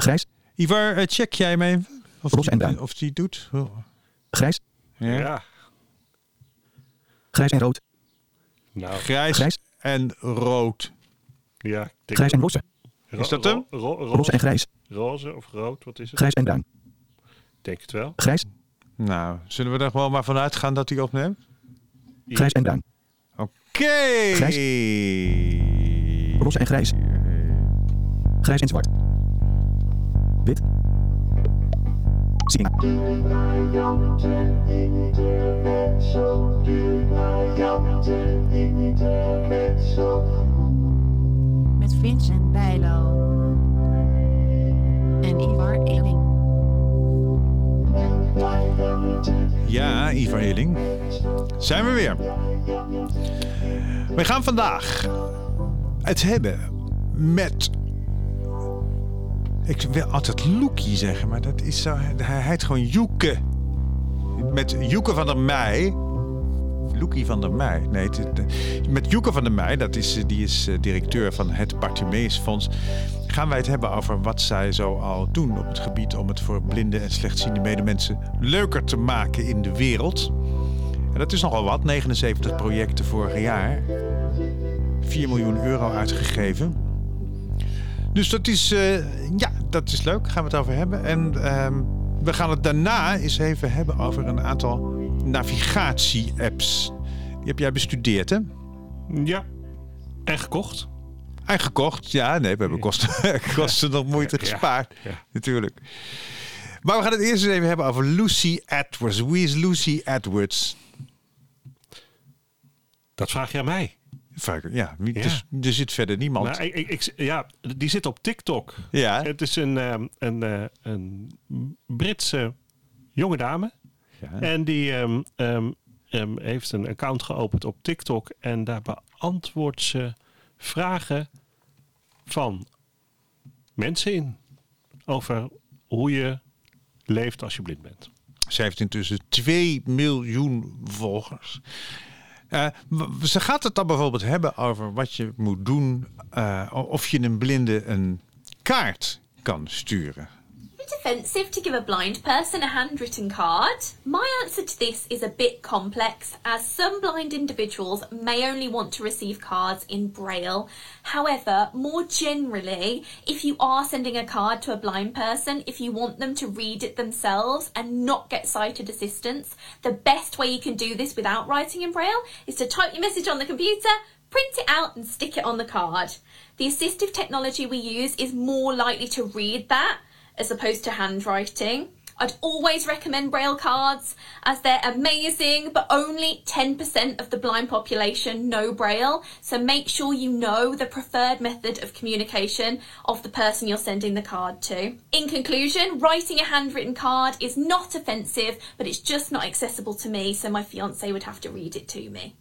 Grijs. Ivar, check jij hem even? Ros en bruin. Of die doet? Grijs. Ja. Grijs en rood. Nou, Grijs en rood. ja. ik denk Grijs en roze. Is dat hem? Roze en grijs. Roze of rood, wat is het? Grijs en bruin. Denk het wel. Grijs. Nou, zullen we er gewoon maar vanuit gaan dat hij opneemt? Grijs en bruin. Oké. Grijs. Roze en grijs. Grijs en zwart. Wit. Zing. Met Vincent Bijlo en Ivar Eling. Ja, Ivar Eling. Zijn we weer. We gaan vandaag het hebben met... Ik wil altijd Loekie zeggen, maar dat is zo... Hij heet gewoon Joeke. Met Joeke van der Meij. Loekie van der Meij. Nee, met Joeke van der Meij, die is directeur van het Bartimeus Fonds, gaan wij het hebben over wat zij zo al doen op het gebied om het voor blinde en slechtziende medemensen leuker te maken in de wereld. En dat is nogal wat, 79 projecten vorig jaar. 4 miljoen euro uitgegeven. Dus dat is, dat is leuk, daar gaan we het over hebben. En we gaan het daarna eens even hebben over een aantal navigatie-apps. Die heb jij bestudeerd, hè? Ja. En gekocht. En gekocht, ja. Nee, we hebben kosten nog moeite gespaard. Ja. Natuurlijk. Maar we gaan het eerst eens even hebben over Lucy Edwards. Wie is Lucy Edwards? Dat vraag je aan mij. Ja, dus, er zit verder niemand. Nou, die zit op TikTok. Ja. Het is een Britse jonge dame. Ja. En die heeft een account geopend op TikTok. En daar beantwoordt ze vragen van mensen in. Over hoe je leeft als je blind bent. Ze heeft intussen 2 miljoen volgers. Ze gaat het dan bijvoorbeeld hebben over wat je moet doen of je een blinde een kaart kan sturen. Is it offensive to give a blind person a handwritten card? My answer to this is a bit complex, as some blind individuals may only want to receive cards in Braille. However, more generally, if you are sending a card to a blind person, if you want them to read it themselves and not get sighted assistance, the best way you can do this without writing in Braille is to type your message on the computer, print it out and stick it on the card. The assistive technology we use is more likely to read that as opposed to handwriting. I'd always recommend Braille cards as they're amazing, but only 10% of the blind population know Braille. So make sure you know the preferred method of communication of the person you're sending the card to. In conclusion, writing a handwritten card is not offensive, but it's just not accessible to me, so my fiancé would have to read it to me.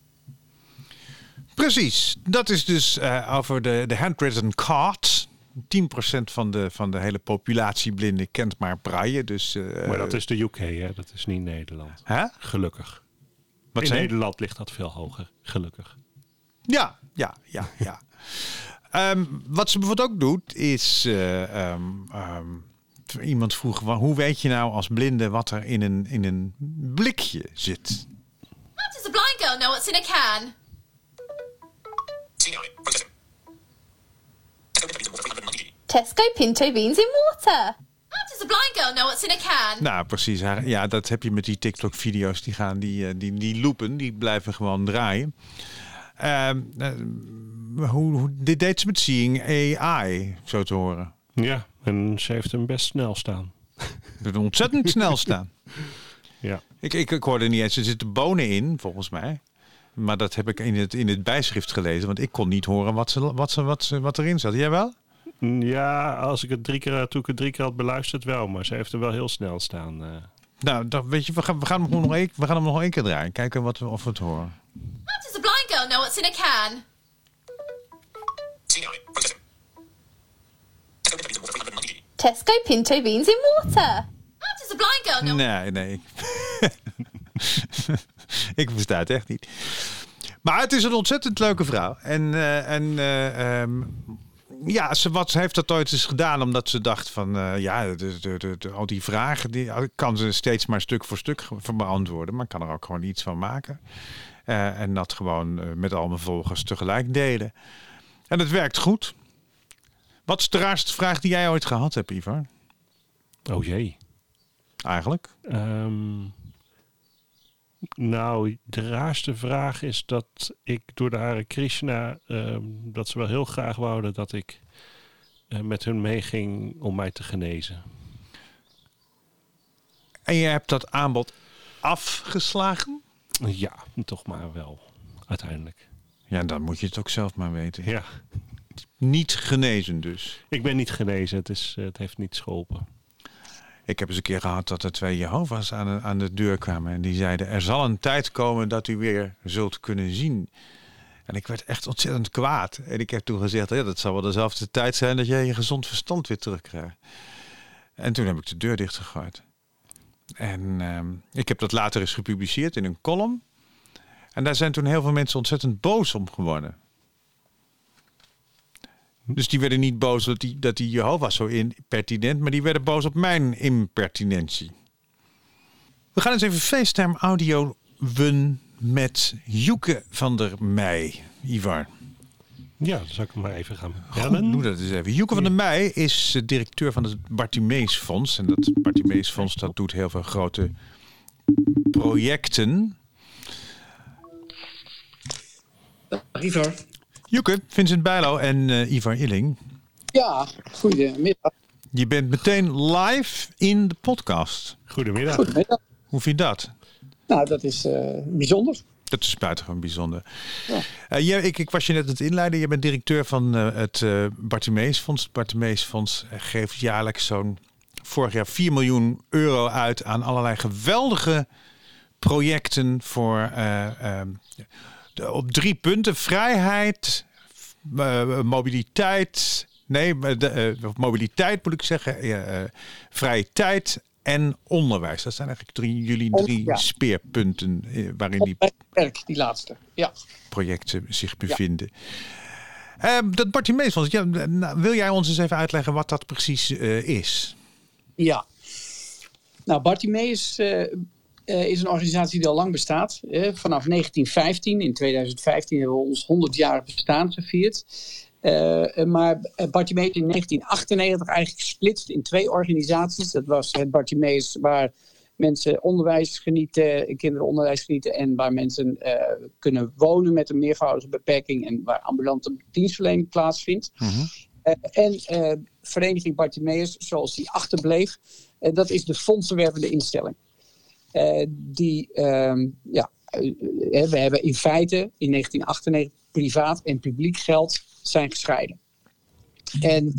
Precies, dat is dus over de handwritten card. 10% van de hele populatie blinden kent maar braille. Dus, maar dat is de UK, hè? Dat is niet Nederland. Hè? Gelukkig. Wat in zei je? Nederland ligt dat veel hoger. Gelukkig. Ja. Wat ze bijvoorbeeld ook doet, is... iemand vroeg, hoe weet je nou als blinde wat er in een blikje zit? How does a blind girl know what's in a can? Tesco pinto beans in water. How does a blind girl know what's in a can? Nou, precies. Ja, dat heb je met die TikTok-video's. Die loopen, die blijven gewoon draaien. Dit deed ze met Seeing AI, zo te horen. Ja, en ze heeft hem best snel staan. Dat ontzettend snel staan. Ja. Ik hoorde niet eens, er zitten bonen in, volgens mij. Maar dat heb ik in het bijschrift gelezen. Want ik kon niet horen wat erin zat. Jij wel? Ja, als ik het toen ik het 3 keer had beluisterd wel. Maar ze heeft hem wel heel snel staan. Nou, weet je, we gaan hem nog één keer draaien. Kijken of we het horen. How does a blind girl know what's in a can? Tesco pinto beans in water. How does a blind girl know? Nee. Ik versta het echt niet. Maar het is een ontzettend leuke vrouw. En Ja, ze heeft dat ooit eens gedaan omdat ze dacht van... al die vragen, die kan ze steeds maar stuk voor stuk beantwoorden. Maar kan er ook gewoon iets van maken. En dat gewoon met al mijn volgers tegelijk delen. En het werkt goed. Wat is de raarste vraag die jij ooit gehad hebt, Ivar? Oh jee. Eigenlijk? Nou, de raarste vraag is dat ik door de Hare Krishna... dat ze wel heel graag wouden dat ik met hun meeging om mij te genezen. En je hebt dat aanbod afgeslagen? Ja, toch maar wel. Uiteindelijk. Ja, dan moet je het ook zelf maar weten. Ja. Niet genezen dus. Ik ben niet genezen. Het heeft niet geholpen. Ik heb eens een keer gehad dat er 2 Jehovah's aan de deur kwamen. En die zeiden, er zal een tijd komen dat u weer zult kunnen zien. En ik werd echt ontzettend kwaad. En ik heb toen gezegd, ja, dat zal wel dezelfde tijd zijn dat jij je gezond verstand weer terugkrijgt. En toen heb ik de deur dichtgegooid. En ik heb dat later eens gepubliceerd in een column. En daar zijn toen heel veel mensen ontzettend boos om geworden. Dus die werden niet boos dat die Jehovah zo impertinent, maar die werden boos op mijn impertinentie. We gaan eens even FaceTime audio met Joeke van der Meij. Ivar. Ja, dan zal ik hem maar even gaan Goed, bellen. doe dat eens even. Joeke van der Meij is directeur van het Bartimeus Fonds. En dat Bartimeus Fonds dat doet heel veel grote projecten. Ivar. Joeke, Vincent Bijlo en Ivar Illing. Ja, goedemiddag. Je bent meteen live in de podcast. Goedemiddag. Goedemiddag. Hoe vind je dat? Nou, dat is bijzonder. Dat is buitengewoon bijzonder. Ja. Ik was je net aan het inleiden. Je bent directeur van het Bartimeus Fonds. Het Bartimeus Fonds geeft jaarlijks vorig jaar 4 miljoen euro uit aan allerlei geweldige projecten voor op 3 punten. Vrijheid, mobiliteit. Nee, mobiliteit moet ik zeggen. Vrije tijd en onderwijs. Dat zijn eigenlijk jullie drie speerpunten waarin die werk, die laatste. Ja. projecten zich bevinden. Dat Bartimeus Fonds, wil jij ons eens even uitleggen wat dat precies is? Ja. Nou, Bartimeus is een organisatie die al lang bestaat. Vanaf 1915. In 2015 hebben we ons 100-jarig bestaan gevierd. Maar Bartimeus in 1998 eigenlijk gesplitst in 2 organisaties. Dat was het Bartimeus waar mensen onderwijs genieten, kinderen onderwijs genieten en waar mensen kunnen wonen met een meervoudige beperking en waar ambulante dienstverlening plaatsvindt. Mm-hmm. En Vereniging Bartimeus, zoals die achterbleef, dat is de fondsenwervende instelling. We hebben in feite in 1998 privaat en publiek geld zijn gescheiden. En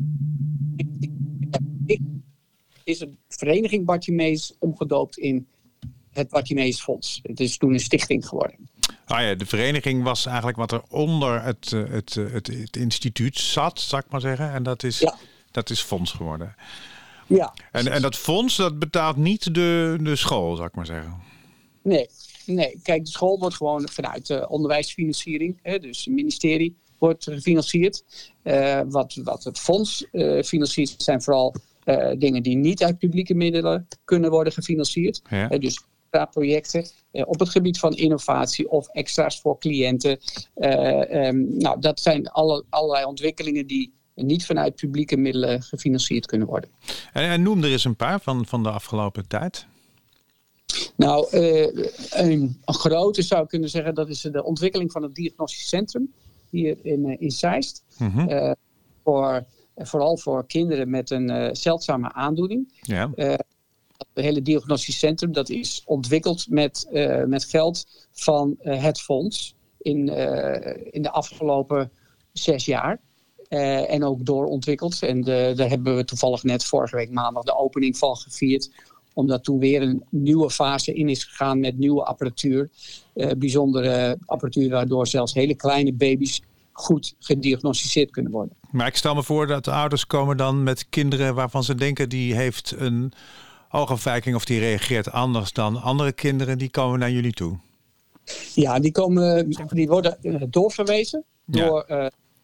is een vereniging Bartimeus omgedoopt in het Bartimeus Fonds. Het is toen een stichting geworden. De vereniging was eigenlijk wat er onder het instituut zat, zal ik maar zeggen. En dat is fonds geworden. Ja. En dat fonds, dat betaalt niet de school, zal ik maar zeggen. Nee. Kijk, de school wordt gewoon vanuit onderwijsfinanciering, dus het ministerie, wordt gefinancierd. Wat het fonds financiert zijn vooral dingen die niet uit publieke middelen kunnen worden gefinancierd. Ja. Dus projecten op het gebied van innovatie of extra's voor cliënten. Dat zijn allerlei ontwikkelingen die niet vanuit publieke middelen gefinancierd kunnen worden. En noem er eens een paar van de afgelopen tijd. Nou, een grote zou ik kunnen zeggen, dat is de ontwikkeling van het diagnostisch centrum hier in Zeist. Mm-hmm. Vooral voor kinderen met een zeldzame aandoening. Ja. Het hele diagnostisch centrum dat is ontwikkeld met geld van het fonds in de afgelopen 6 jaar. En ook doorontwikkeld. En daar hebben we toevallig net vorige week maandag de opening van gevierd. Omdat toen weer een nieuwe fase in is gegaan met nieuwe apparatuur. Bijzondere apparatuur waardoor zelfs hele kleine baby's goed gediagnosticeerd kunnen worden. Maar ik stel me voor dat de ouders komen dan met kinderen waarvan ze denken die heeft een oogafwijking of die reageert anders dan andere kinderen. Die komen naar jullie toe. Ja, die worden doorverwezen door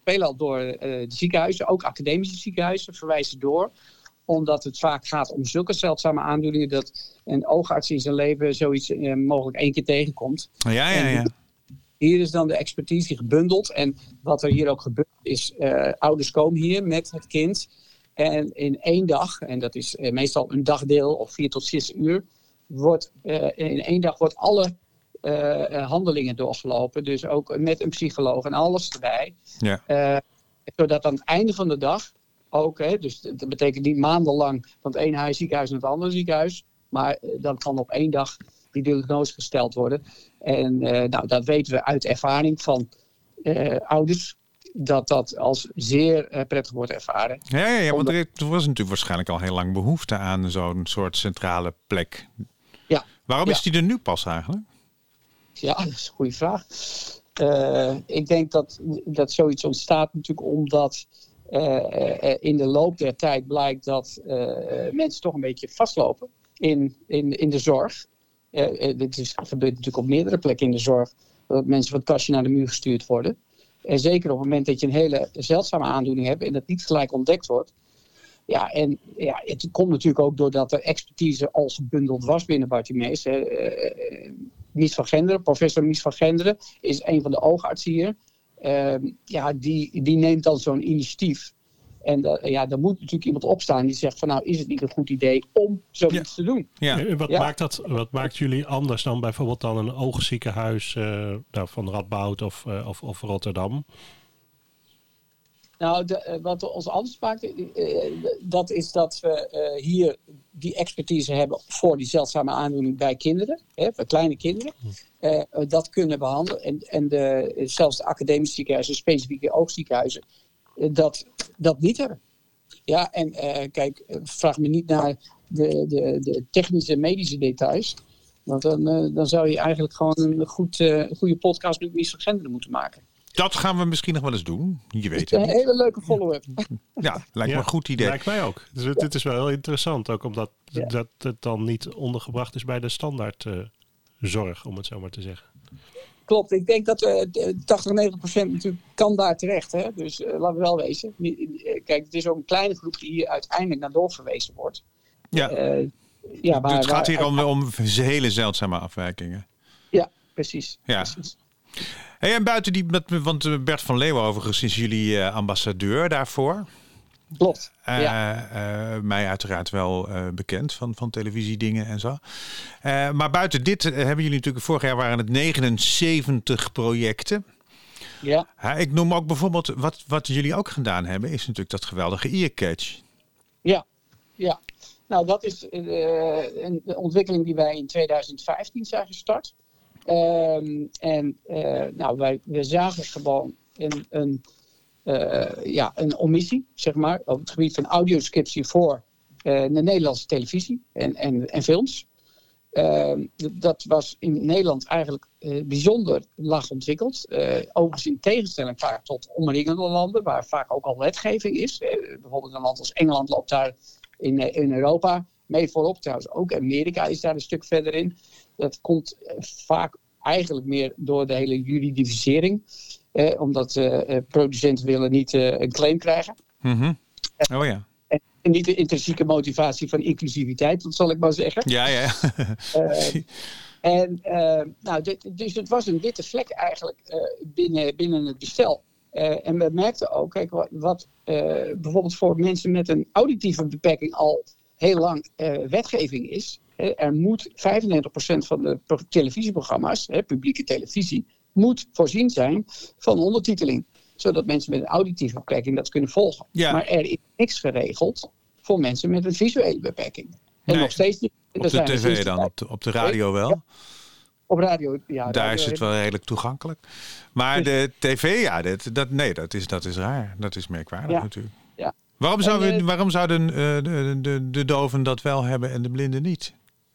veelal door de ziekenhuizen, ook academische ziekenhuizen, verwijzen door. Omdat het vaak gaat om zulke zeldzame aandoeningen dat een oogarts in zijn leven zoiets mogelijk 1 keer tegenkomt. Ja. Hier is dan de expertise gebundeld. En wat er hier ook gebeurt is, ouders komen hier met het kind. En in 1 dag, en dat is meestal een dagdeel of 4 tot 6 uur, in 1 dag wordt alle handelingen doorgelopen. Dus ook met een psycholoog en alles erbij. Ja. Zodat aan het einde van de dag ook, dus dat betekent niet maandenlang van het ene ziekenhuis naar het andere ziekenhuis. Maar dan kan op 1 dag die diagnose gesteld worden. En dat weten we uit ervaring van ouders. Dat als zeer prettig wordt ervaren. Ja, want er was natuurlijk waarschijnlijk al heel lang behoefte aan zo'n soort centrale plek. Ja. Waarom is die er nu pas eigenlijk? Ja, dat is een goede vraag. Ik denk dat zoiets ontstaat natuurlijk omdat in de loop der tijd blijkt dat mensen toch een beetje vastlopen in de zorg. Dit gebeurt natuurlijk op meerdere plekken in de zorg. Dat mensen van het kastje naar de muur gestuurd worden. En zeker op het moment dat je een hele zeldzame aandoening hebt en dat niet gelijk ontdekt wordt. Ja, en het komt natuurlijk ook doordat de expertise al gebundeld was binnen Bartimeus. Mies van Genderen, professor Mies van Genderen, is een van de oogartsen hier. Die neemt dan zo'n initiatief. En daar moet natuurlijk iemand opstaan die zegt van nou, is het niet een goed idee om zoiets te doen? Ja. Wat maakt jullie anders dan bijvoorbeeld dan een oogziekenhuis van Radboud of Rotterdam? Nou, wat ons anders maakt, dat is dat we hier die expertise hebben voor die zeldzame aandoening bij kinderen, voor kleine kinderen. Dat kunnen behandelen. En zelfs de academische ziekenhuizen, specifieke oogziekenhuizen, dat niet hebben. Ja, en kijk, vraag me niet naar de technische medische details. Want dan zou je eigenlijk gewoon een goede podcast met Mies van Genderen moeten maken. Dat gaan we misschien nog wel eens doen. Je weet het een niet. hele leuke follow-up. Ja, lijkt me een goed idee. Lijkt mij ook. Dus dit is wel heel interessant. Ook omdat dat het dan niet ondergebracht is bij de standaard zorg, om het zo maar te zeggen. Klopt, ik denk dat 80-90% natuurlijk kan daar terecht. Hè? Dus laten we wel wezen. Kijk, het is ook een kleine groep die hier uiteindelijk naar doorverwezen wordt. Ja, het gaat hier om hele zeldzame afwijkingen. Ja, precies. Ja. Precies. Hey, en buiten want Bert van Leeuwen overigens is jullie ambassadeur daarvoor. Klopt, mij uiteraard wel bekend van televisiedingen en zo. Maar buiten dit hebben jullie natuurlijk, vorig jaar waren het 79 projecten. Ja. Ik noem ook bijvoorbeeld, wat jullie ook gedaan hebben, is natuurlijk dat geweldige earcatch. Ja. Nou, dat is een ontwikkeling die wij in 2015 zijn gestart. We zagen gewoon een omissie, zeg maar, op het gebied van audioscriptie voor de Nederlandse televisie en films. Dat was in Nederland eigenlijk bijzonder laag ontwikkeld. Overigens in tegenstelling vaak tot omringende landen, waar vaak ook al wetgeving is. Bijvoorbeeld een land als Engeland loopt daar in Europa mee voorop. Trouwens ook Amerika is daar een stuk verder in. Dat komt vaak eigenlijk meer door de hele juridificering. Omdat producenten willen niet een claim krijgen. Mm-hmm. Oh ja. En niet de intrinsieke motivatie van inclusiviteit, dat zal ik maar zeggen. Ja. Dus het was een witte vlek eigenlijk binnen het bestel. En we merkten ook, kijk, wat bijvoorbeeld voor mensen met een auditieve beperking al heel lang wetgeving is. Er moet 95% van de televisieprogramma's, publieke televisie, moet voorzien zijn van ondertiteling. Zodat mensen met een auditieve beperking dat kunnen volgen. Ja. Maar er is niks geregeld voor mensen met een visuele beperking. En nog steeds niet. Op de tv dan, op de radio wel? Ja. Op radio, ja. Daar is het wel redelijk toegankelijk. Maar de tv, dat is raar. Dat is merkwaardig natuurlijk. Ja. Waarom zouden de doven dat wel hebben en de blinden niet?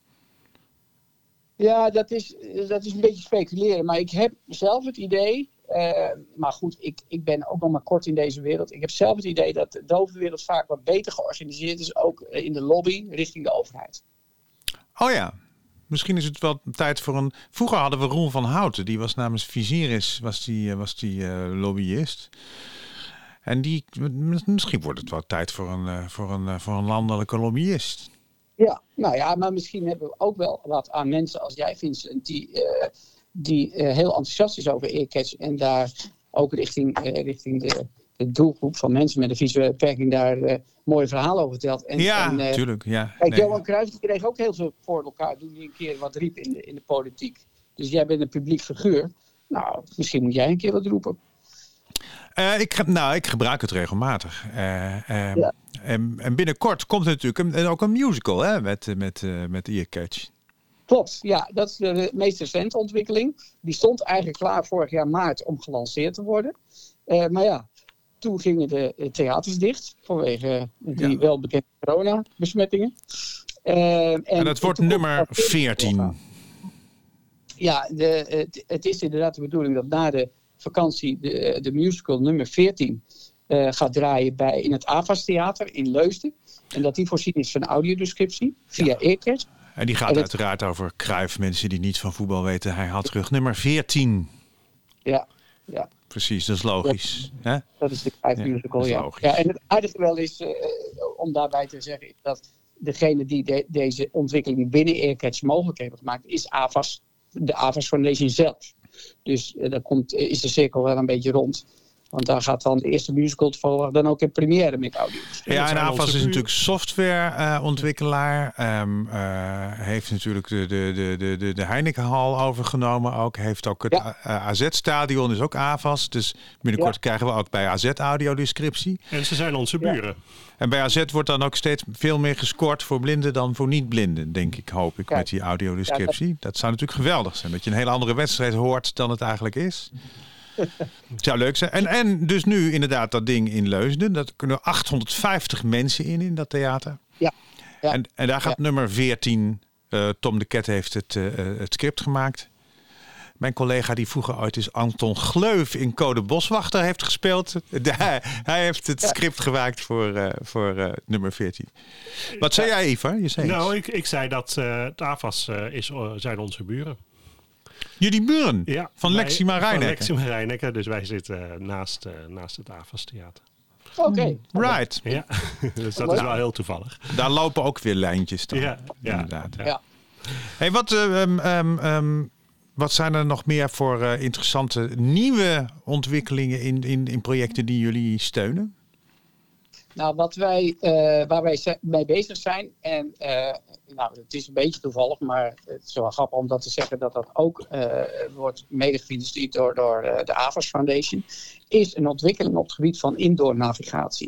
Ja, dat is een beetje speculeren. Maar ik heb zelf het idee... maar goed, ik ben ook nog maar kort in deze wereld. Ik heb zelf het idee dat de dovenwereld vaak wat beter georganiseerd is. Ook in de lobby richting de overheid. Oh ja. Misschien is het wel tijd voor een... Vroeger hadden we Roel van Houten. Die was namens Viziris was die lobbyist. En misschien wordt het wel tijd voor een landelijke lobbyist. Ja, nou ja, maar misschien hebben we ook wel wat aan mensen als jij, Vincent, die heel enthousiast is over Earcatch en daar ook richting de doelgroep van mensen met een visuele beperking daar mooie verhalen over vertelt. Natuurlijk. Ja, kijk, Johan Cruijff kreeg ook heel veel voor elkaar toen hij een keer wat riep in de politiek. Dus jij bent een publiek figuur. Nou, misschien moet jij een keer wat roepen. Ik gebruik het regelmatig. En binnenkort komt er natuurlijk ook een musical, hè, met Earcatch. Klopt, ja. Dat is de meest recente ontwikkeling. Die stond eigenlijk klaar vorig jaar maart om gelanceerd te worden. Maar ja, toen gingen de theaters dicht vanwege die welbekende coronabesmettingen. En dat wordt nummer 14. Ja, het is inderdaad de bedoeling dat na de vakantie de musical nummer 14 gaat draaien in het AVAS Theater in Leusden. En dat die voorzien is van audiodescriptie via Earcatch. En die gaat uiteraard over Cruijff. Mensen die niet van voetbal weten, hij had rug nummer 14. Ja. Precies, dat is logisch. Ja, dat is de Cruijff musical, ja. Ja, en het aardige wel is, om daarbij te zeggen, dat degene die deze ontwikkeling binnen Earcatch mogelijk heeft gemaakt, is AVAS, de AVAS Foundation zelf. Dus is de cirkel wel een beetje rond. Want daar gaat dan de eerste musical toevallig dan ook in première met audio. Ja, en AVAS is natuurlijk softwareontwikkelaar. Heeft natuurlijk de Heinekenhal overgenomen ook. Heeft ook het AZ-stadion, is ook AVAS. Dus binnenkort krijgen we ook bij AZ audiodescriptie. En ze zijn onze buren. Ja. En bij AZ wordt dan ook steeds veel meer gescoord voor blinden dan voor niet-blinden, hoop ik, met die audiodescriptie. Dat zou natuurlijk geweldig zijn, dat je een hele andere wedstrijd hoort dan het eigenlijk is. Het zou leuk zijn. En dus nu inderdaad dat ding in Leusden. Dat kunnen 850 mensen in dat theater. Ja. En daar gaat nummer 14. Tom de Ket heeft het script gemaakt. Mijn collega die vroeger ooit is Anton Gleuf in Code Boswachter heeft gespeeld. Hij heeft het script gemaakt voor nummer 14. Wat zei jij, Ivar? Je zei ik zei dat het AVAS zijn onze buren. Jullie buren? Ja, van Lexima Rijnecker? Van Lexima Rijnecker, dus wij zitten naast het AVAS Theater. Oké. Right. Ja, dus dat is wel heel toevallig. Daar lopen ook weer lijntjes dan. Ja. Inderdaad. Ja. Hey, wat zijn er nog meer voor interessante nieuwe ontwikkelingen in projecten die jullie steunen? Nou, waar wij mee bezig zijn, en het is een beetje toevallig, maar het is wel grappig om dat te zeggen dat dat ook wordt medegefinancierd door de AVAS Foundation, is een ontwikkeling op het gebied van indoor navigatie.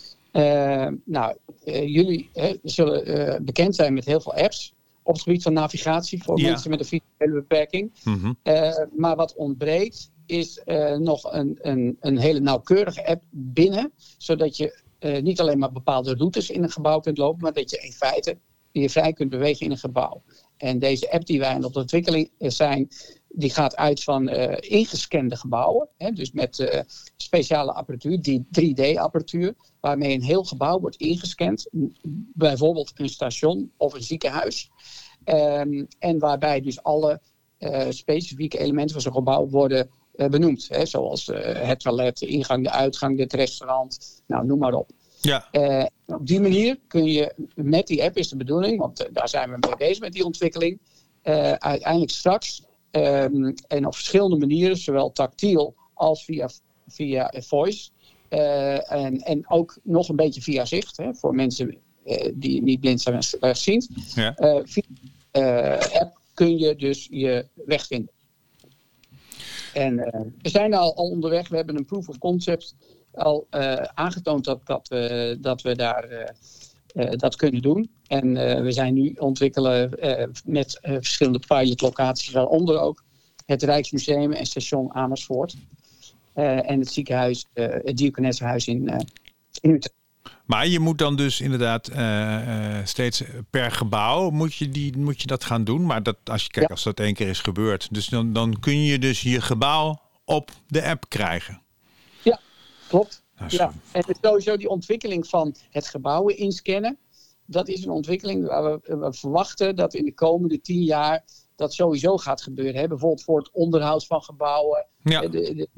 Jullie zullen bekend zijn met heel veel apps op het gebied van navigatie voor mensen met een visuele beperking. Mm-hmm. Maar wat ontbreekt is nog een hele nauwkeurige app binnen, zodat je niet alleen maar bepaalde routes in een gebouw kunt lopen, maar dat je in feite je vrij kunt bewegen in een gebouw. En deze app die wij aan de ontwikkeling zijn, die gaat uit van ingescande gebouwen. Dus met speciale apparatuur, die 3D-apparatuur, waarmee een heel gebouw wordt ingescand. Bijvoorbeeld een station of een ziekenhuis. En waarbij dus alle specifieke elementen van zo'n gebouw worden benoemd. Zoals het toilet, de ingang, de uitgang, het restaurant. Nou, noem maar op. Ja. Op die manier kun je met die app, is de bedoeling, want daar zijn we mee bezig met die ontwikkeling, uiteindelijk straks en op verschillende manieren, zowel tactiel als via voice en ook nog een beetje via zicht, voor mensen die niet blind zijn en slechtziend. Ja. Via app kun je dus je weg vinden. En we zijn al onderweg, we hebben een proof of concept al aangetoond dat we daar dat kunnen doen. En we zijn nu ontwikkelen met verschillende pilotlocaties, waaronder ook het Rijksmuseum en station Amersfoort. En het ziekenhuis, het Diakonessenhuis in Utrecht. Maar je moet dan dus inderdaad steeds per gebouw moet je dat gaan doen. Maar als dat 1 keer is gebeurd, dus dan kun je dus je gebouw op de app krijgen. Ja, klopt. Ja. En sowieso die ontwikkeling van het gebouwen inscannen, dat is een ontwikkeling waar we verwachten dat in de komende 10 jaar dat sowieso gaat gebeuren. Bijvoorbeeld voor het onderhoud van gebouwen. Ja.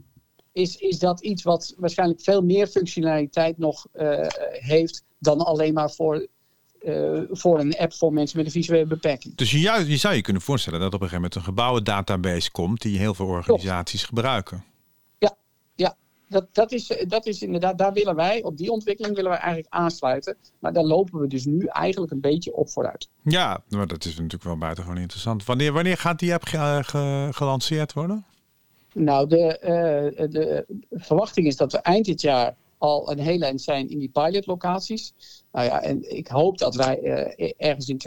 is dat iets wat waarschijnlijk veel meer functionaliteit nog heeft dan alleen maar voor een app voor mensen met een visuele beperking. Dus je zou je kunnen voorstellen dat op een gegeven moment een gebouwendatabase komt die heel veel organisaties gebruiken. Ja. Dat is inderdaad, op die ontwikkeling willen we eigenlijk aansluiten. Maar daar lopen we dus nu eigenlijk een beetje op vooruit. Ja, maar dat is natuurlijk wel buitengewoon interessant. Wanneer gaat die app gelanceerd worden? Nou, de verwachting is dat we eind dit jaar al een heel eind zijn in die pilotlocaties. Nou ja, en ik hoop dat wij ergens in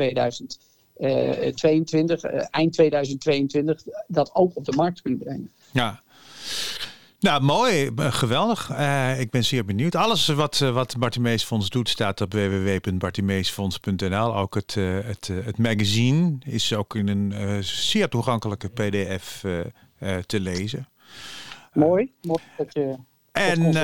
2022, eind 2022, dat ook op de markt kunnen brengen. Ja. Nou, mooi. Geweldig. Ik ben zeer benieuwd. Alles wat Bartimeus Fonds doet staat op www.bartimeusfonds.nl. Ook het magazine is ook in een zeer toegankelijke pdf te lezen. Mooi dat je... En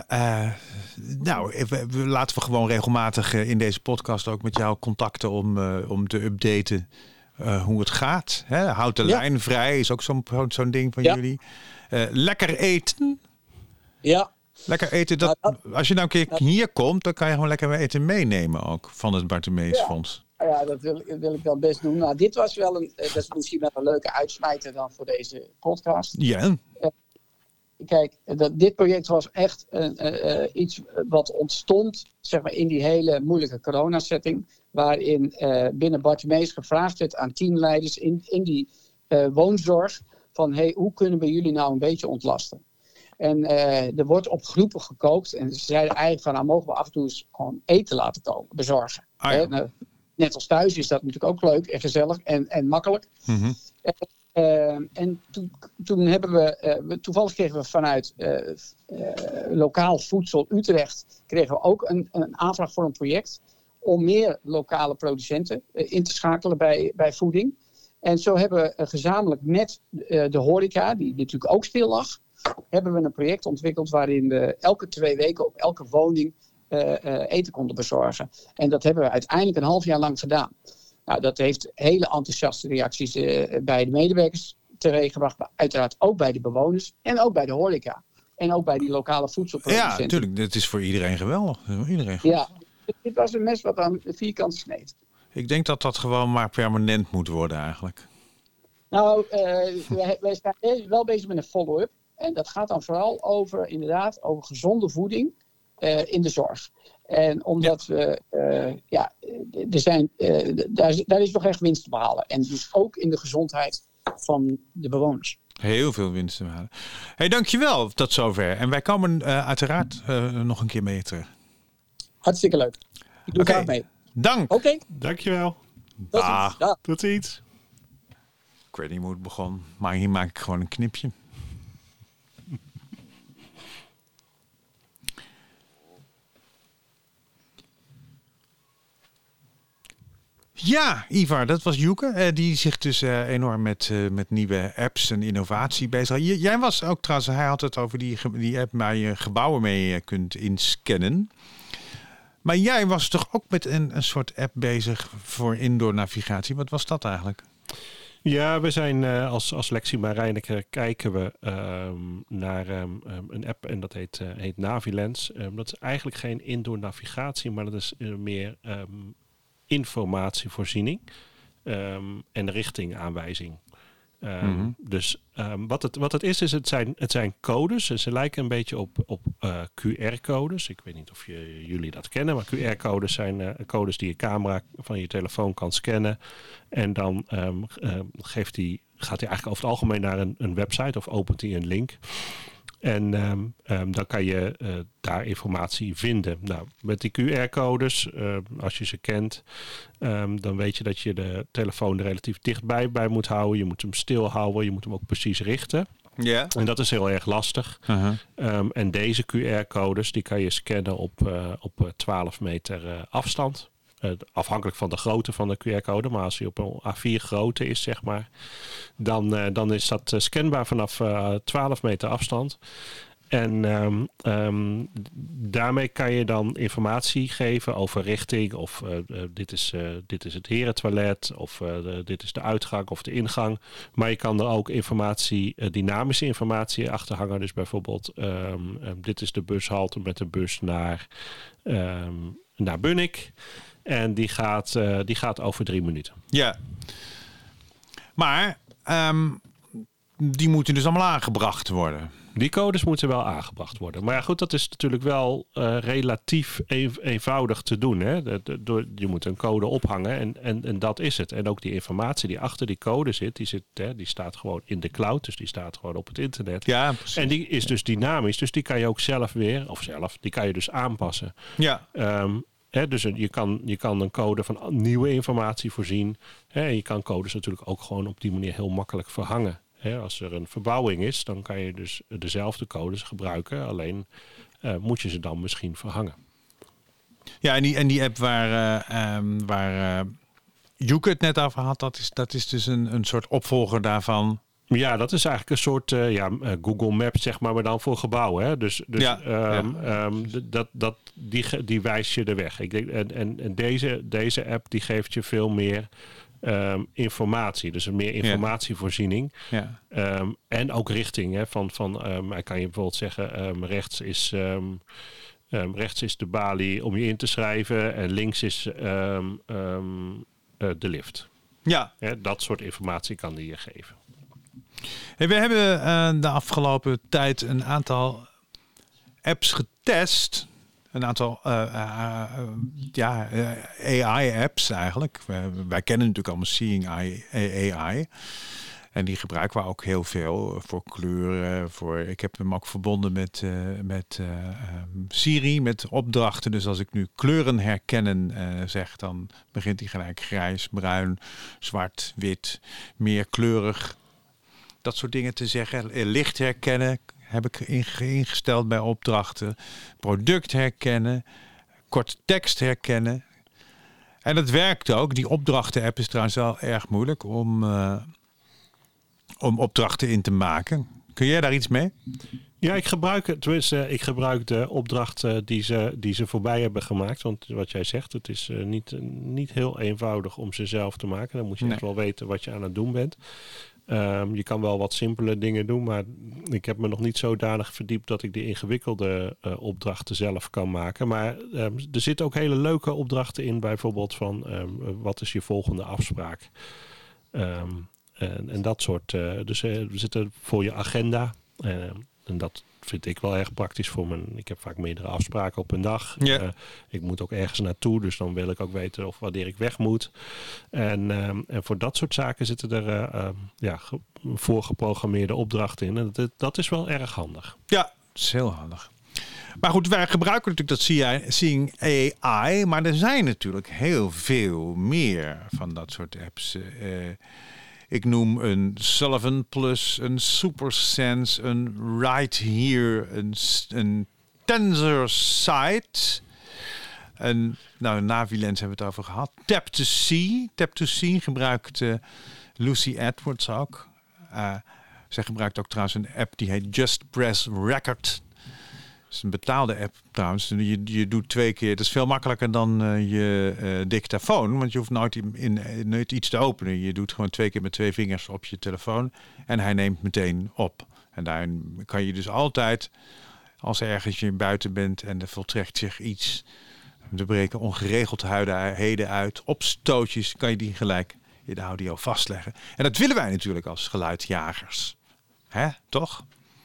laten we gewoon regelmatig in deze podcast ook met jou contacten om te updaten hoe het gaat. Hè? Houd de lijn vrij is ook zo'n ding van jullie. Lekker eten. Ja. Lekker eten. Als je nou een keer hier komt, dan kan je gewoon lekker eten meenemen ook van het Bartimeus Fonds. Ja, dat wil ik wel best doen. Nou, dit was wel dat is misschien wel een leuke uitsmijter dan voor deze podcast. Ja. Kijk, dit project was echt iets wat ontstond, zeg maar, in die hele moeilijke coronasetting, waarin binnen Bartimeus gevraagd werd aan teamleiders in die woonzorg van, hoe kunnen we jullie nou een beetje ontlasten? En er wordt op groepen gekookt en ze zeiden eigenlijk van, mogen we af en toe eens gewoon eten laten komen, bezorgen. Net als thuis is dat natuurlijk ook leuk en gezellig en makkelijk. Mm-hmm. En toen hebben we toevallig kregen we vanuit Lokaal Voedsel Utrecht kregen we ook een aanvraag voor een project om meer lokale producenten in te schakelen bij voeding. En zo hebben we gezamenlijk met de horeca, die natuurlijk ook stil lag, hebben we een project ontwikkeld waarin we elke 2 weken op elke woning eten konden bezorgen. En dat hebben we uiteindelijk een half jaar lang gedaan. Nou, dat heeft hele enthousiaste reacties bij de medewerkers teweeggebracht. Maar uiteraard ook bij de bewoners en ook bij de horeca. En ook bij die lokale voedselproducenten. Ja, natuurlijk. Dit is voor iedereen geweldig. Ja, dit was een mes wat aan de vierkant sneed. Ik denk dat dat gewoon maar permanent moet worden eigenlijk. Nou, wij zijn wel bezig met een follow-up. En dat gaat dan vooral over gezonde voeding in de zorg. En omdat daar is nog echt winst te behalen. En dus ook in de gezondheid van de bewoners. Heel veel winst te behalen. Hey, dankjewel tot zover. En wij komen uiteraard nog een keer mee terug. Hartstikke leuk. Ik doe graag mee. Dank. Oké. Dankjewel. Tot ziens. Ik weet niet hoe het begon, maar hier maak ik gewoon een knipje. Ja, Ivar, dat was Joeke. Die zich dus enorm met nieuwe apps en innovatie bezig. Jij was ook trouwens, hij had het over die app waar je gebouwen mee kunt inscannen. Maar jij was toch ook met een soort app bezig voor indoor navigatie. Wat was dat eigenlijk? Ja, we zijn als Lexie Marijneke kijken we naar een app en dat heet Navilens. Dat is eigenlijk geen indoor navigatie, maar dat is meer informatievoorziening en richtingaanwijzing. Dus wat het is het zijn codes. En ze lijken een beetje op QR-codes. Ik weet niet of jullie dat kennen, maar QR-codes zijn codes die je camera van je telefoon kan scannen. En dan gaat hij eigenlijk over het algemeen naar een website of opent hij een link. En dan kan je daar informatie vinden. Nou, met die QR-codes, als je ze kent, dan weet je dat je de telefoon er relatief dichtbij bij moet houden. Je moet hem stil houden, je moet hem ook precies richten. Ja. En dat is heel erg lastig. En deze QR-codes die kan je scannen op 12 meter afstand. Afhankelijk van de grootte van de QR-code. Maar als hij op een A4 grootte is, zeg maar, dan is dat scanbaar vanaf 12 meter afstand. En daarmee kan je dan informatie geven over richting. Of dit is het herentoilet. Of dit is de uitgang of de ingang. Maar je kan er ook dynamische informatie achter hangen. Dus bijvoorbeeld dit is de bushalte met de bus naar Bunnik. En die gaat over 3 minuten. Ja. Maar die moeten dus allemaal aangebracht worden. Die codes moeten wel aangebracht worden. Maar ja, goed, dat is natuurlijk wel relatief eenvoudig te doen. Hè? Je moet een code ophangen en dat is het. En ook die informatie die achter die code zit, die staat gewoon in de cloud. Dus die staat gewoon op het internet. Ja, precies. En die is dus dynamisch. Dus die kan je ook die kan je dus aanpassen. Ja. Dus je kan een code van nieuwe informatie voorzien. En je kan codes natuurlijk ook gewoon op die manier heel makkelijk verhangen. Als er een verbouwing is, dan kan je dus dezelfde codes gebruiken. Alleen moet je ze dan misschien verhangen. Ja, en die app waar Joeke het net over had, dat is dus een soort opvolger daarvan. Ja, dat is eigenlijk een soort Google Maps, zeg maar dan voor gebouwen. Hè? Dus die wijst je de weg. Ik denk, en deze app die geeft je veel meer informatie. Dus een meer informatievoorziening. Ja. En ook richting. Hè, van kan je bijvoorbeeld zeggen, rechts is de balie om je in te schrijven en links is de lift. Ja. Dat soort informatie kan die je geven. Hey, we hebben de afgelopen tijd een aantal apps getest. Een aantal AI-apps eigenlijk. Wij kennen natuurlijk allemaal Seeing AI. En die gebruiken we ook heel veel voor kleuren. Ik heb hem ook verbonden met Siri, met opdrachten. Dus als ik nu kleuren herkennen zeg, dan begint hij gelijk grijs, bruin, zwart, wit, meerkleurig. Dat soort dingen te zeggen. Licht herkennen heb ik ingesteld bij opdrachten. Product herkennen. Korte tekst herkennen. En dat werkt ook. Die opdrachten-app is trouwens wel erg moeilijk om opdrachten in te maken. Kun jij daar iets mee? Ja, ik gebruik de opdrachten die ze voorbij hebben gemaakt. Want wat jij zegt, het is niet heel eenvoudig om ze zelf te maken. Dan moet je echt wel weten wat je aan het doen bent. Je kan wel wat simpele dingen doen, maar ik heb me nog niet zodanig verdiept dat ik die ingewikkelde opdrachten zelf kan maken. Maar er zitten ook hele leuke opdrachten in, bijvoorbeeld van wat is je volgende afspraak? En dat soort. Dus er zitten voor je agenda. En dat vind ik wel erg praktisch ik heb vaak meerdere afspraken op een dag. Ja. Ik moet ook ergens naartoe, dus dan wil ik ook weten of wanneer ik weg moet. En voor dat soort zaken zitten er voorgeprogrammeerde opdrachten in. En dat is wel erg handig. Ja, dat is heel handig. Maar goed, wij gebruiken natuurlijk dat Seeing AI, maar er zijn natuurlijk heel veel meer van dat soort apps. Ik noem een Sullivan Plus, een SuperSense, een Right Here, een TensorSight. Navilens hebben we het over gehad. Tap2See gebruikt Lucy Edwards ook. Zij gebruikt ook trouwens een app die heet Just Press Record. Dat is een betaalde app trouwens. Je doet 2 keer. Het is veel makkelijker dan je dictafoon. Want je hoeft nooit iets te openen. Je doet gewoon 2 keer met 2 vingers op je telefoon. En hij neemt meteen op. En daarin kan je dus altijd, als ergens je buiten bent en er voltrekt zich iets, er breken ongeregeldheden uit, opstootjes, kan je die gelijk in de audio vastleggen. En dat willen wij natuurlijk als geluidjagers. Hè, toch?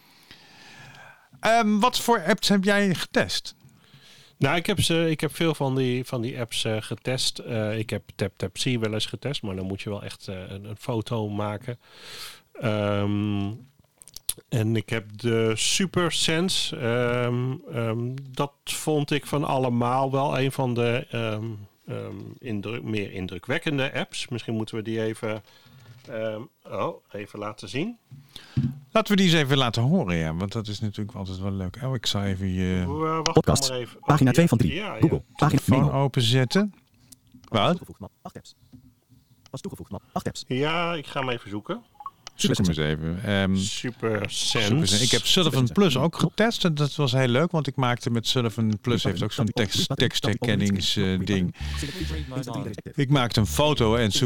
Wat voor apps heb jij getest? Nou, ik heb veel van die apps getest. Ik heb Tap2See wel eens getest, maar dan moet je wel echt een foto maken. En ik heb de SuperSense. Dat vond ik van allemaal wel een van de meer indrukwekkende apps. Misschien moeten we die even laten zien. Laten we die eens even laten horen, ja. Want dat is natuurlijk altijd wel leuk. Ik zal even je podcast. Maar even. Pagina 2 van 3. Ja, Google. Pagina telefoon openzetten. Wat? 8 apps. Was toegevoegd, man. 8 apps. Ja, ik ga hem even zoeken. Zoek hem eens even. Super Sense. Ik heb Sullivan Plus ook getest en dat was heel leuk, want ik maakte met Sullivan Plus heeft ook zo'n tekstherkenningsding. Ik maakte een foto en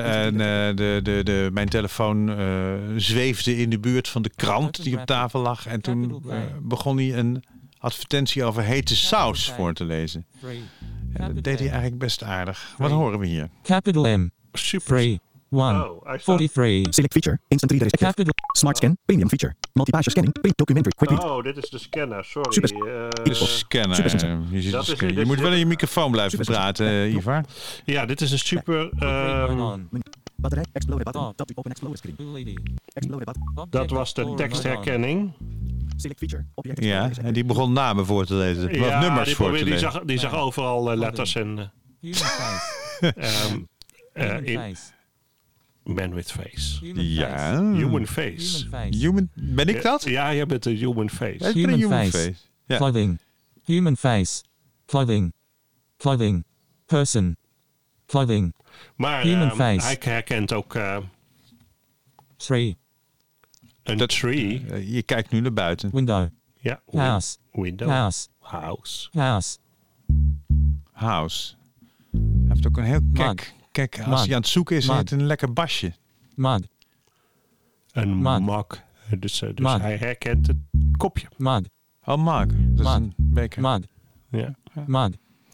mijn telefoon zweefde in de buurt van de krant die op tafel lag en toen begon hij een advertentie over hete saus voor te lezen. Ja, dat deed hij eigenlijk best aardig. Wat horen we hier? Capital M. Super. 3. 1. 43. Select feature. Instant 3D detective. Capital. Smart scan. Premium feature. Multi-page scanning. Print documentary. Quick read. Oh, dit is de scanner. Sorry. Scanner. Dat is- Je moet wel in je microfoon blijven praten, Ivar. Ja, dit is een super... Batterij. Explorer button. Tap to open explorer screen. Explorer button. dat was de tekstherkenning. Select feature. Object. Ja, en die begon namen voor te lezen. Wat nummers die, voor te die lezen. die zag overal letters en... Human face. Human in face. Man with face. Human Ja. face. Human face. Human face. Ben ik dat? Ja, jij bent een human face. Ik ben een Human human face. face. Ja. Clothing. Human face. Clothing. Clothing. Person. Clothing. Maar Human face. hij herkent ook 3. een tree. Je kijkt nu naar buiten. Window. Ja, House. window. House. House. House. House. Hij heeft ook een heel Mug. kijk, als Mug. hij aan het zoeken is, Mug. heeft hij een lekker basje. Mug. Een Mug. mug. Dus Mug. hij herkent het kopje. Mug. Oh, mug. Dat is Mug. een beker. Mug. Ja. Mug.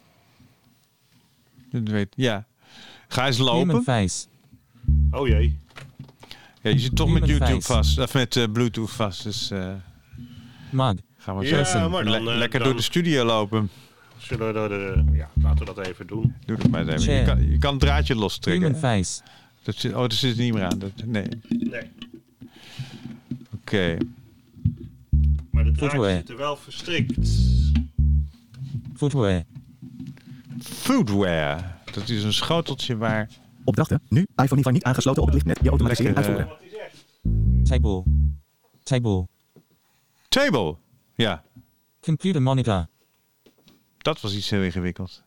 Dat weet, ja. Ga eens Human lopen. face. Oh jee. Ja, je zit toch met Human YouTube face. vast. Of met Bluetooth vast. Dus Mug. gaan we Ja, zo maar dan, lekker dan- door de studio lopen. Zullen we door de... Ja, laten we dat even doen. Doe het maar eens even. Chair. Je kan het draadje lostrekken. Human face. Dat zit er niet meer aan. Nee. Nee. Oké. Maar de draadjes Footwear. zitten wel verstrikt. Footwear. Foodware. Dat is een schoteltje waar... Opdrachten. Nu. iPhone Ivar niet aangesloten op het lichtnet. Je automatisering Lekker, uitvoeren. Table. Table. Table. Ja, Computer monitor. dat was iets heel ingewikkeld.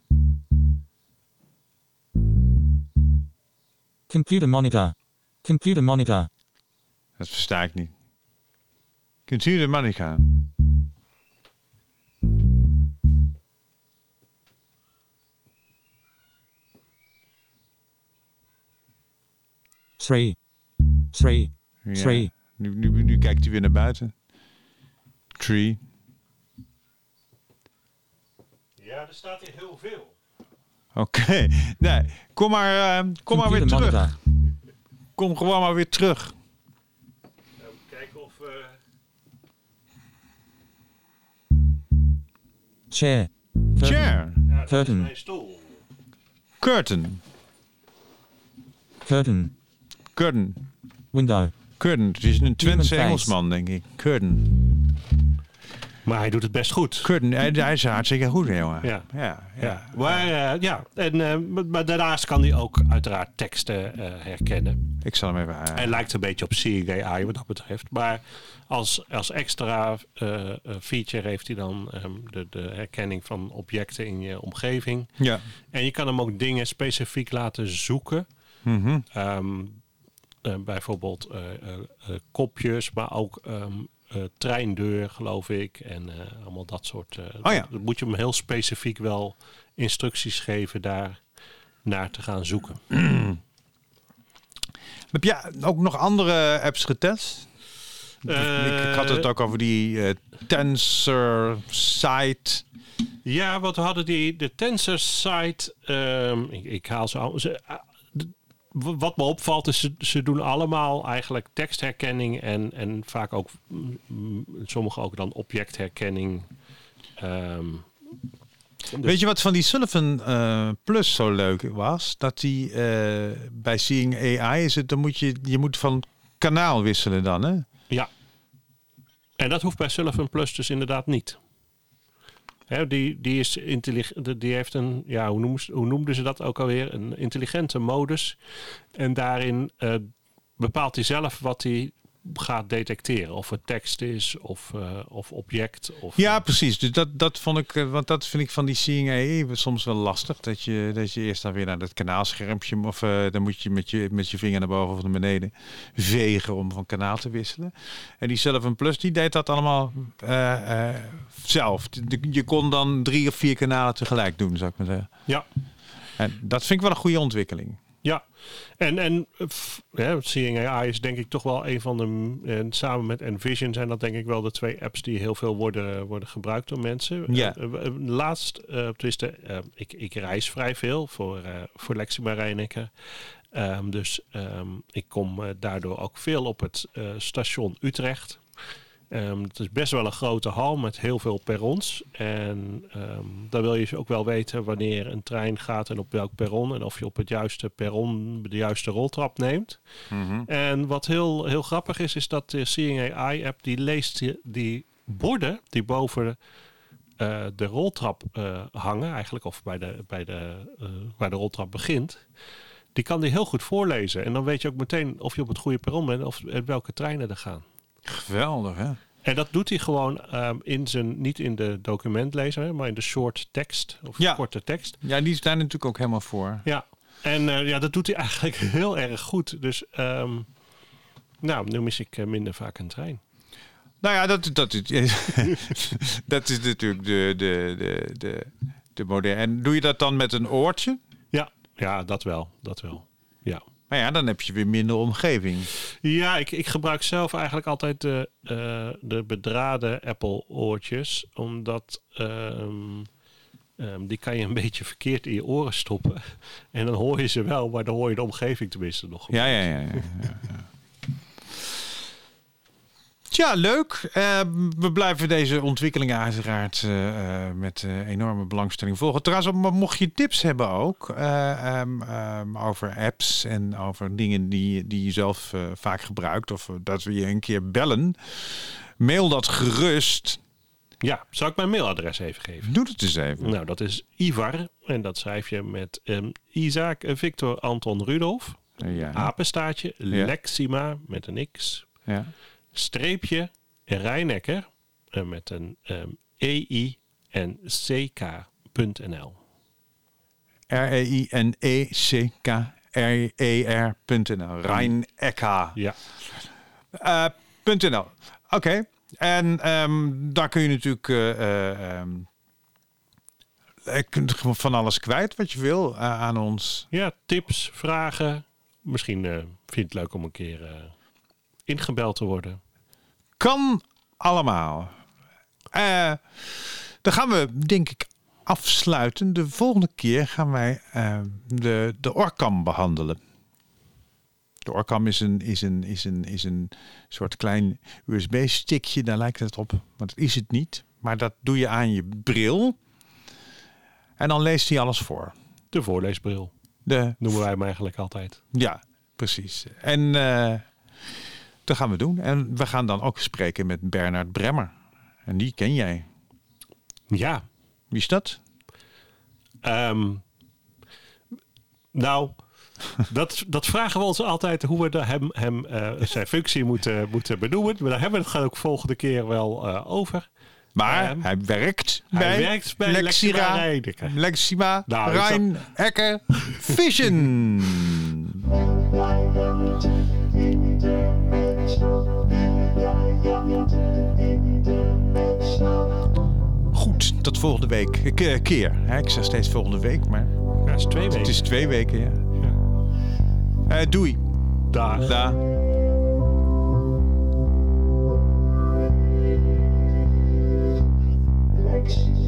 Computer monitor. Computer monitor. Dat versta ik niet. Kunt u de money gaan? Three. Three. Ja. Tree. Nu kijkt hij weer naar buiten. Tree. Ja, er staat hier heel veel. Oké. Nee, kom maar weer Computer terug. monitor. Kom gewoon maar weer terug. Kijken of... Chair. Curtain. Chair. Ja, dat is Curtain. mijn stoel. Curtain. Curtain. Curtain. Window. Curtain. Het is een Twentse face. Engelsman, denk ik. Curtain. Maar hij doet het best goed. Curtain. Hij is hartstikke goed, jongen. Ja. Ja. Maar maar daarnaast kan hij ook uiteraard teksten herkennen. Ik zal hem even... Hij lijkt een beetje op Seeing AI wat dat betreft. Maar als extra feature heeft hij dan de herkenning van objecten in je omgeving. ja. En je kan hem ook dingen specifiek laten zoeken. Mhm. Bijvoorbeeld kopjes, maar ook treindeur, geloof ik. En allemaal dat soort... ja. Dan moet je hem heel specifiek wel instructies geven daar naar te gaan zoeken. Heb jij ook nog andere apps getest? Ik had het ook over die Tensor site. Ja, wat hadden de Tensor site... ik haal ze al... Wat me opvalt is, ze doen allemaal eigenlijk tekstherkenning en vaak ook, sommige ook dan objectherkenning. Weet je wat van die Sullivan Plus zo leuk was? Dat die bij Seeing AI is het, dan moet je moet van kanaal wisselen dan, hè? Ja. En dat hoeft bij Sullivan Plus dus inderdaad niet. Hè, die is intelligent. Die heeft een, ja, hoe noemden ze dat ook alweer? Een intelligente modus. En daarin bepaalt hij zelf wat hij gaat detecteren. Of het tekst is of object. Ja, precies. Dus dat vond ik, want dat vind ik van die Seeing AI soms wel lastig. Dat je eerst dan weer naar dat kanaalschermpje, of dan moet je met je vinger naar boven of naar beneden vegen om van kanaal te wisselen. En die 7 Plus, die deed dat allemaal zelf. Je kon dan 3 of 4 kanalen tegelijk doen, zou ik maar zeggen. Ja. En dat vind ik wel een goede ontwikkeling. Ja, en Seeing AI is denk ik toch wel een van de... samen met Envision zijn dat denk ik wel de 2 apps die heel veel worden gebruikt door mensen. Ja. Laatst, ik reis vrij veel voor Lexima Rijneke. Dus ik kom daardoor ook veel op het station Utrecht. Het is best wel een grote hal met heel veel perrons. En dan wil je ook wel weten wanneer een trein gaat en op welk perron. En of je op het juiste perron de juiste roltrap neemt. Mm-hmm. En wat heel grappig is dat de Seeing AI app die leest die borden die boven de roltrap hangen. Eigenlijk of waar de roltrap begint. Die kan die heel goed voorlezen. En dan weet je ook meteen of je op het goede perron bent of welke treinen er gaan. Geweldig, hè? En dat doet hij gewoon niet in de documentlezer, maar in de short tekst of korte tekst. Ja, die is daar natuurlijk ook helemaal voor. Ja, en dat doet hij eigenlijk heel erg goed. Dus nu mis ik minder vaak een trein. Nou ja, dat is natuurlijk de moderne. En doe je dat dan met een oortje? Ja, dat wel. Ja. Maar ja, dan heb je weer minder omgeving. Ja, ik gebruik zelf eigenlijk altijd de bedraden Apple oortjes. Omdat die kan je een beetje verkeerd in je oren stoppen. En dan hoor je ze wel, maar dan hoor je de omgeving tenminste nog. Ja. Tja, leuk. We blijven deze ontwikkelingen uiteraard met enorme belangstelling volgen. Trouwens, mocht je tips hebben ook over apps en over dingen die je zelf vaak gebruikt, of dat we je een keer bellen, mail dat gerust. Ja, zal ik mijn mailadres even geven? Doe het eens even. Nou, dat is Ivar en dat schrijf je met Isaac Victor Anton Rudolf, apenstaartje, Lexima met een X. Ja. Streepje Rijnecker met een EI en CK.nl. REINECKRER.nl. Rijnecker. Ja. .nl. Oké. En daar kun je natuurlijk kunt van alles kwijt wat je wil aan ons. Ja, tips, vragen. Misschien vind je het leuk om een keer ingebeld te worden. Kan allemaal. Dan gaan we, denk ik, afsluiten. De volgende keer gaan wij de OrCam behandelen. De OrCam is een soort klein USB-stickje. Daar lijkt het op, maar dat is het niet. Maar dat doe je aan je bril. En dan leest hij alles voor. De voorleesbril. Noemen wij hem eigenlijk altijd. Ja, precies. En dat gaan we doen. En we gaan dan ook spreken met Bernard Bremmer. En die ken jij. Ja. Wie is dat? Dat vragen we ons altijd hoe we hem zijn functie moeten benoemen. Maar daar hebben we het ook volgende keer wel over. Maar hij werkt bij Lexima Rijnecker Vision. Goed, tot volgende week. Keer. Ik zeg steeds volgende week, maar het is 2 weken. Het is 2 weken, ja. Doei. Dag. Dag. Lexi.